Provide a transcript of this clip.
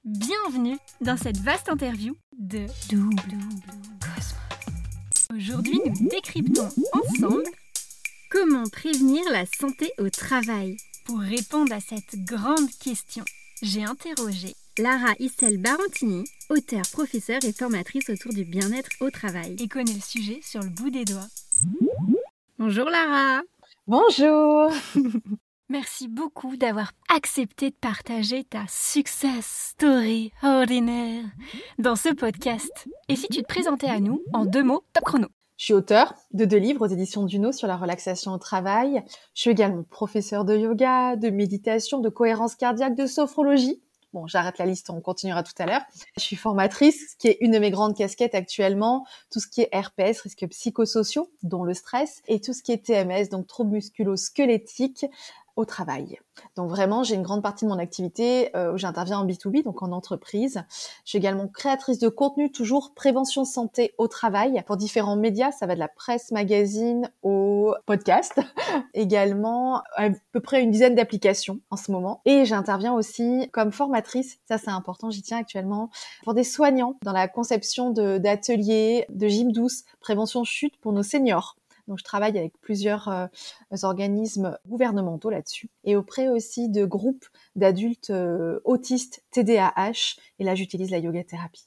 Bienvenue dans cette vaste interview de Double Cosmos. Aujourd'hui, nous décryptons ensemble comment prévenir la santé au travail. Pour répondre à cette grande question, j'ai interrogé Lara Issel-Barantini, auteure, professeure et formatrice autour du bien-être au travail, et connaît le sujet sur le bout des doigts. Bonjour Lara. Bonjour. Merci beaucoup d'avoir accepté de partager ta success story ordinaire dans ce podcast. Et si tu te présentais à nous en 2 mots, top chrono. Je suis auteure de 2 livres aux éditions Duno sur la relaxation au travail. Je suis également professeure de yoga, de méditation, de cohérence cardiaque, de sophrologie. Bon, j'arrête la liste, on continuera tout à l'heure. Je suis formatrice, ce qui est une de mes grandes casquettes actuellement, tout ce qui est RPS, risques psychosociaux, dont le stress, et tout ce qui est TMS, donc troubles musculo-squelettiques au travail. Donc vraiment, j'ai une grande partie de mon activité où j'interviens en B2B, donc en entreprise. Je suis également créatrice de contenu, toujours prévention santé au travail, pour différents médias. Ça va de la presse, magazine au podcast. Également, à peu près une dizaine d'applications en ce moment. Et j'interviens aussi comme formatrice, ça c'est important, j'y tiens actuellement, pour des soignants dans la conception d'ateliers, de gym douce, prévention chute pour nos seniors. Donc, je travaille avec plusieurs organismes gouvernementaux là-dessus et auprès aussi de groupes d'adultes autistes TDAH. Et là, j'utilise la yoga thérapie.